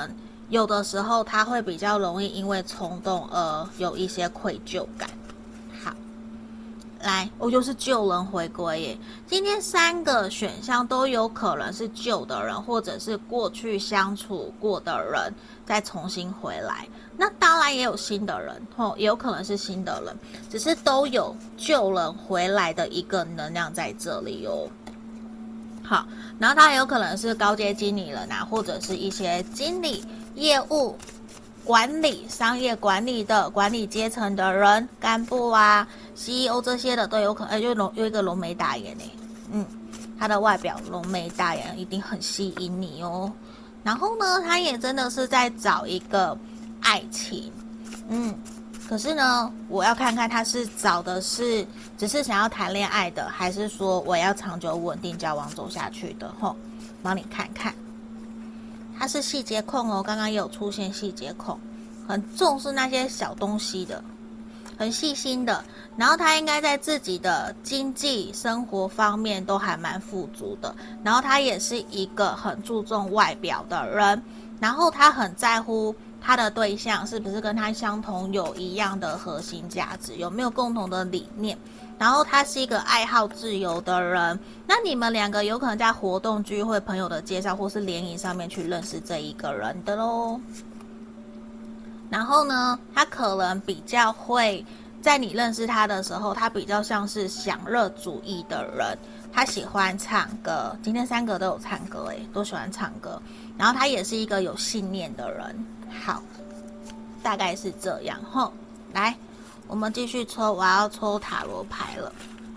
有的时候他会比较容易因为冲动而有一些愧疚感。好，来，我就是旧人回归耶。今天3个选项都有可能是旧的人，或者是过去相处过的人再重新回来。那当然也有新的人，也有可能是新的人，只是都有旧人回来的一个能量在这里哦。好，然后他有可能是高阶经理人啊，或者是一些经理、业务、管理、商业管理的管理阶层的人，干部啊、CEO 这些的都有可能。有一个浓眉大眼他的外表浓眉大眼一定很吸引你哦。然后呢，他也真的是在找一个爱情，可是呢，我要看看他是找的是只是想要谈恋爱的，还是说我要长久稳定交往走下去的帮你看看。他是细节控哦，刚刚也有出现细节控，很重视那些小东西的，很细心的。然后他应该在自己的经济生活方面都还蛮富足的，然后他也是一个很注重外表的人，然后他很在乎他的对象是不是跟他相同，有一样的核心价值，有没有共同的理念。然后他是一个爱好自由的人，那你们2个有可能在活动、聚会、朋友的介绍或是联谊上面去认识这一个人的咯。然后呢，他可能比较会在你认识他的时候，他比较像是享乐主义的人，他喜欢唱歌，今天3个都有唱歌都喜欢唱歌。然后他也是一个有信念的人。好，大概是这样来，我们继续抽，我要抽塔罗牌了。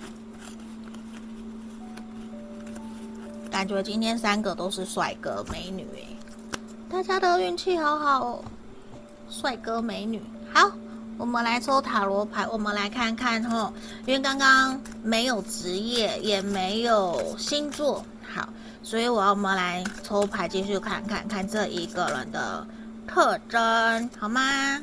感觉今天3个都是帅哥美女大家的运气好好哦，帅哥美女。好，我们来抽塔罗牌，我们来看看因为刚刚没有职业，也没有星座，好，所以我们来抽牌，继续看这一个人的特征，好吗？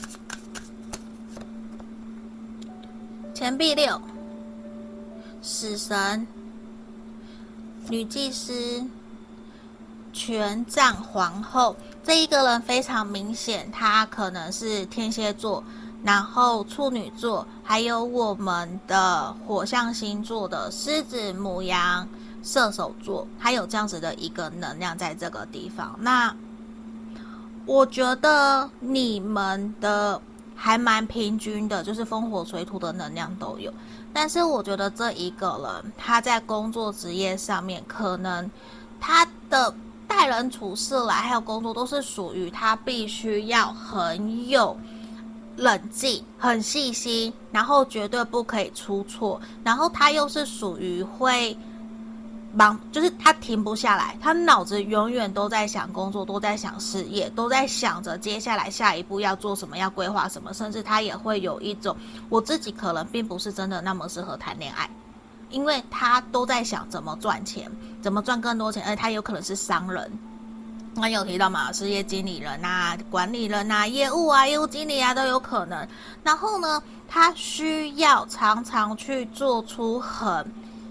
钱币6，死神，女祭司，权杖皇后。这一个人非常明显，他可能是天蝎座，然后处女座，还有我们的火象星座的狮子、牡羊、射手座，还有这样子的一个能量在这个地方。那我觉得你们的还蛮平均的，就是风火水土的能量都有。但是我觉得这一个人他在工作职业上面，可能他的待人处事来还有工作都是属于他必须要很有冷静、很细心，然后绝对不可以出错，然后他又是属于会忙，就是他停不下来，他脑子永远都在想工作，都在想事业，都在想着接下来下一步要做什么，要规划什么，甚至他也会有一种我自己可能并不是真的那么适合谈恋爱，因为他都在想怎么赚钱，怎么赚更多钱，而且他有可能是商人。那有提到嘛，事业经理人啊、管理人啊、业务经理啊都有可能。然后呢，他需要常常去做出很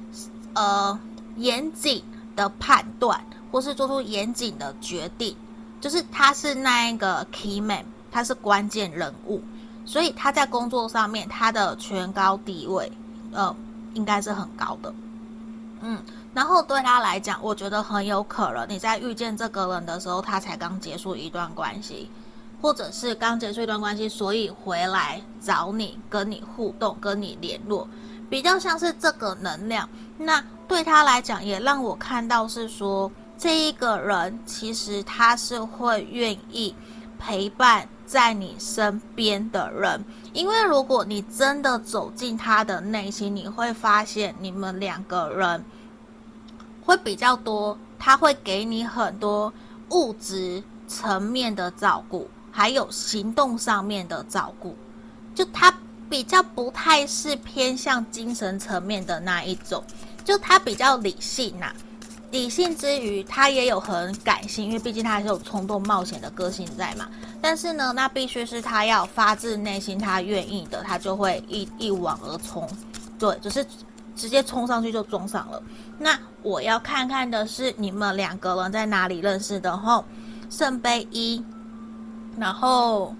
严谨的判断，或是做出严谨的决定，就是他是那一个 key man， 他是关键人物，所以他在工作上面他的权高地位应该是很高的。然后对他来讲，我觉得很有可能你在遇见这个人的时候，他才刚结束一段关系，或者是刚结束一段关系，所以回来找你，跟你互动，跟你联络，比较像是这个能量。那对他来讲，也让我看到是说，这一个人其实他是会愿意陪伴在你身边的人，因为如果你真的走进他的内心，你会发现你们2个人会比较多，他会给你很多物质层面的照顾，还有行动上面的照顾，就他比较不太是偏向精神层面的那一种，就他比较理性理性之余他也有很感性，因为毕竟他还是有冲动冒险的个性在嘛。但是呢，那必须是他要发自内心他愿意的，他就会一往而冲，对，就是直接冲上去就撞上了。那我要看看的是你们2个人在哪里认识的圣杯1， 然后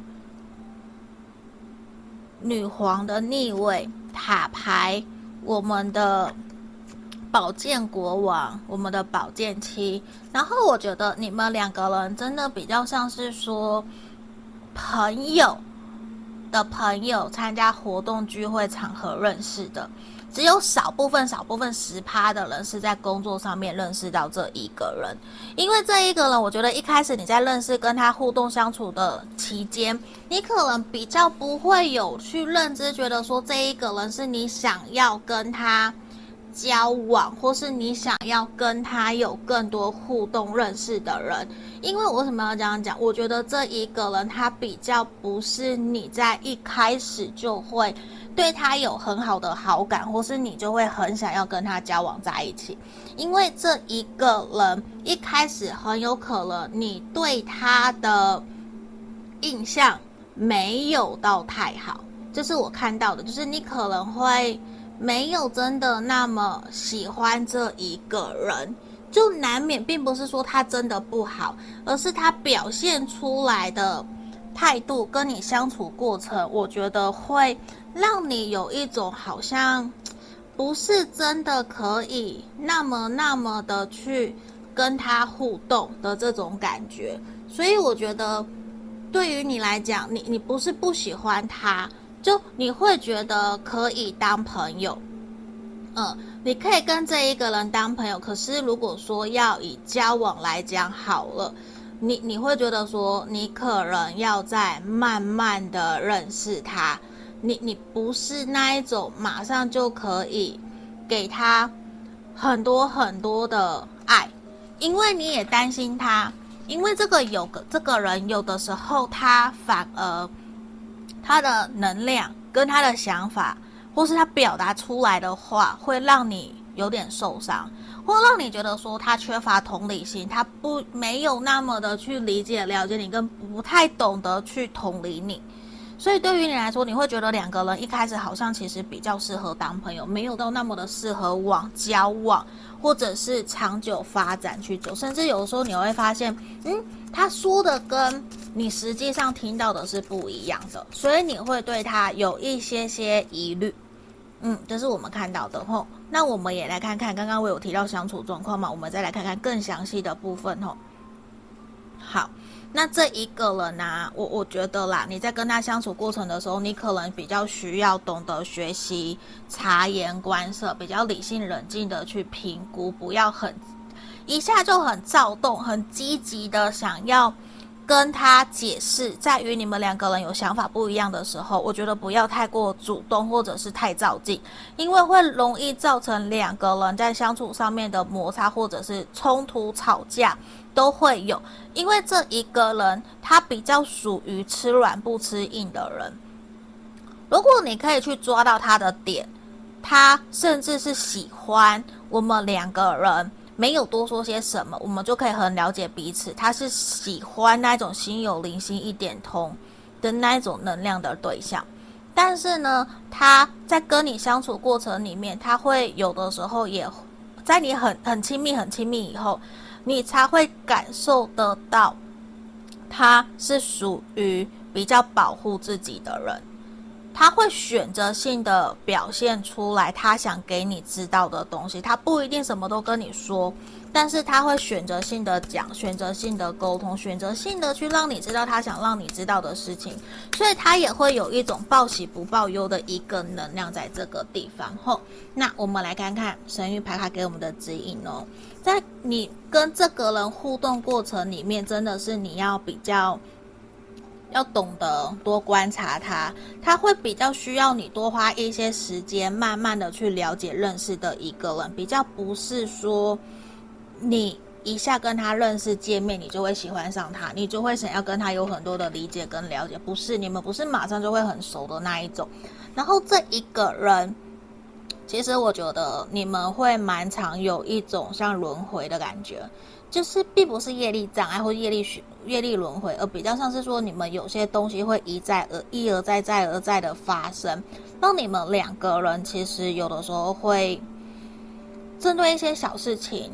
女皇的逆位，塔牌，我们的宝剑国王，我们的宝剑七。然后我觉得你们两个人真的比较像是说朋友的朋友，参加活动聚会场合认识的，只有少部分10%的人是在工作上面认识到这一个人。因为这一个人，我觉得一开始你在认识跟他互动相处的期间，你可能比较不会有去认知，觉得说这一个人是你想要跟他交往，或是你想要跟他有更多互动认识的人。因为我为什么要这样讲？我觉得这一个人他比较不是你在一开始就会对他有很好的好感，或是你就会很想要跟他交往在一起。因为这一个人一开始很有可能你对他的印象没有到太好，这是我看到的，就是你可能会没有真的那么喜欢这一个人，就难免并不是说他真的不好，而是他表现出来的态度跟你相处过程，我觉得会让你有一种好像不是真的可以那么的去跟他互动的这种感觉。所以我觉得对于你来讲，你不是不喜欢他，就你会觉得可以当朋友，你可以跟这一个人当朋友。可是如果说要以交往来讲好了，你会觉得说你可能要再慢慢的认识他，你不是那一种马上就可以给他很多的爱，因为你也担心他，因为这个人有的时候他反而他的能量跟他的想法，或是他表达出来的话，会让你有点受伤，或让你觉得说他缺乏同理心，他没有那么的去理解了解你，跟不太懂得去同理你。所以对于你来说，你会觉得两个人一开始好像其实比较适合当朋友，没有到那么的适合交往，或者是长久发展去走。甚至有的时候你会发现，他说的跟你实际上听到的是不一样的，所以你会对他有一些疑虑。这是我们看到的吼。那我们也来看看，刚刚我有提到相处状况嘛，我们再来看看更详细的部分吼。好，那这一个人啊，我觉得啦，你在跟他相处过程的时候，你可能比较需要懂得学习察言观色，比较理性冷静的去评估，不要一下就很躁动，很积极的想要跟他解释。在于你们两个人有想法不一样的时候，我觉得不要太过主动或者是太躁进，因为会容易造成两个人在相处上面的摩擦或者是冲突吵架都会有。因为这一个人他比较属于吃软不吃硬的人，如果你可以去抓到他的点，他甚至是喜欢我们两个人没有多说些什么，我们就可以很了解彼此，他是喜欢那种心有灵犀一点通的那一种能量的对象。但是呢，他在跟你相处过程里面，他会有的时候也在你很亲密以后，你才会感受得到他是属于比较保护自己的人，他会选择性的表现出来他想给你知道的东西，他不一定什么都跟你说，但是他会选择性的讲，选择性的沟通，选择性的去让你知道他想让你知道的事情，所以他也会有一种报喜不报忧的一个能量在这个地方后。那我们来看看神谕牌卡给我们的指引哦。在你跟这个人互动过程里面，真的是你要比较要懂得多观察他，他会比较需要你多花一些时间慢慢的去了解认识的一个人，比较不是说你一下跟他认识见面你就会喜欢上他，你就会想要跟他有很多的理解跟了解，不是，你们不是马上就会很熟的那一种。然后这一个人其实我觉得你们会蛮常有一种像轮回的感觉，就是并不是业力障碍或业力轮回，而比较像是说你们有些东西会一而再的发生，让你们两个人其实有的时候会针对一些小事情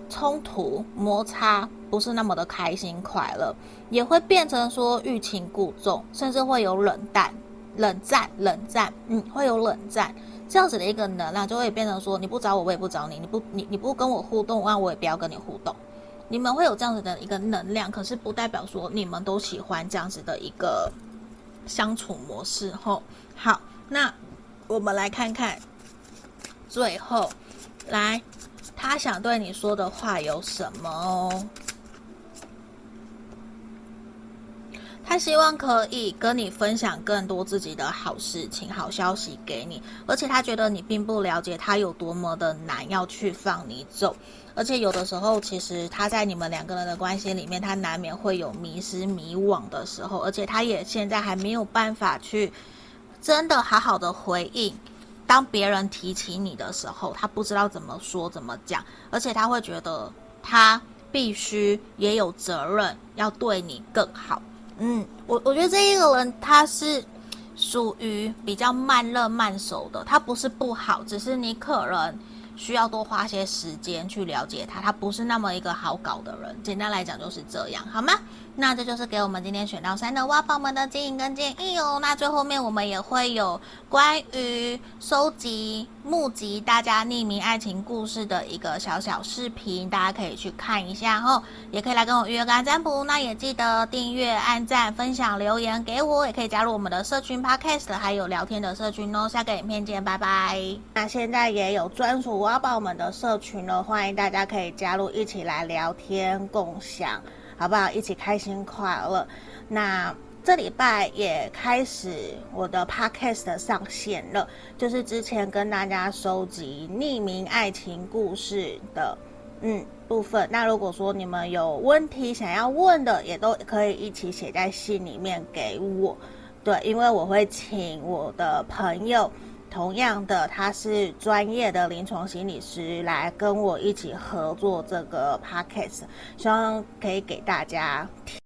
冲突摩擦不是那么的开心快乐，也会变成说欲擒故纵，甚至会有冷战，会有冷战，这样子的一个能量就会变成说你不找我，我也不找你，你不跟我互动，那我也不要跟你互动。你们会有这样子的一个能量，可是不代表说你们都喜欢这样子的一个相处模式吼。好，那我们来看看最后来他想对你说的话有什么哦。他希望可以跟你分享更多自己的好事情、好消息给你，而且他觉得你并不了解他有多么的难要去放你走，而且有的时候其实他在你们两个人的关系里面，他难免会有迷失迷惘的时候，而且他也现在还没有办法去真的好好的回应，当别人提起你的时候，他不知道怎么说怎么讲，而且他会觉得他必须也有责任要对你更好。我觉得这一个人他是属于比较慢热慢熟的，他不是不好，只是你可能需要多花些时间去了解他，他不是那么一个好搞的人，简单来讲就是这样，好吗？那这就是给我们今天选到3的挖宝们的建议跟建议哦。那最后面我们也会有关于收集募集大家匿名爱情故事的一个小小视频，大家可以去看一下哦，也可以来跟我预约个案占卜。那也记得订阅、按赞、分享、留言给我，也可以加入我们的社群 Podcast 还有聊天的社群哦。下个影片见，拜拜。那现在也有专属挖宝们的社群了，欢迎大家可以加入，一起来聊天共享，好不好？一起开心快乐。那这礼拜也开始我的 podcast 上线了，就是之前跟大家收集匿名爱情故事的部分。那如果说你们有问题想要问的，也都可以一起写在信里面给我。对，因为我会请我的朋友，同样的他是专业的临床心理师，来跟我一起合作这个 podcast， 希望可以给大家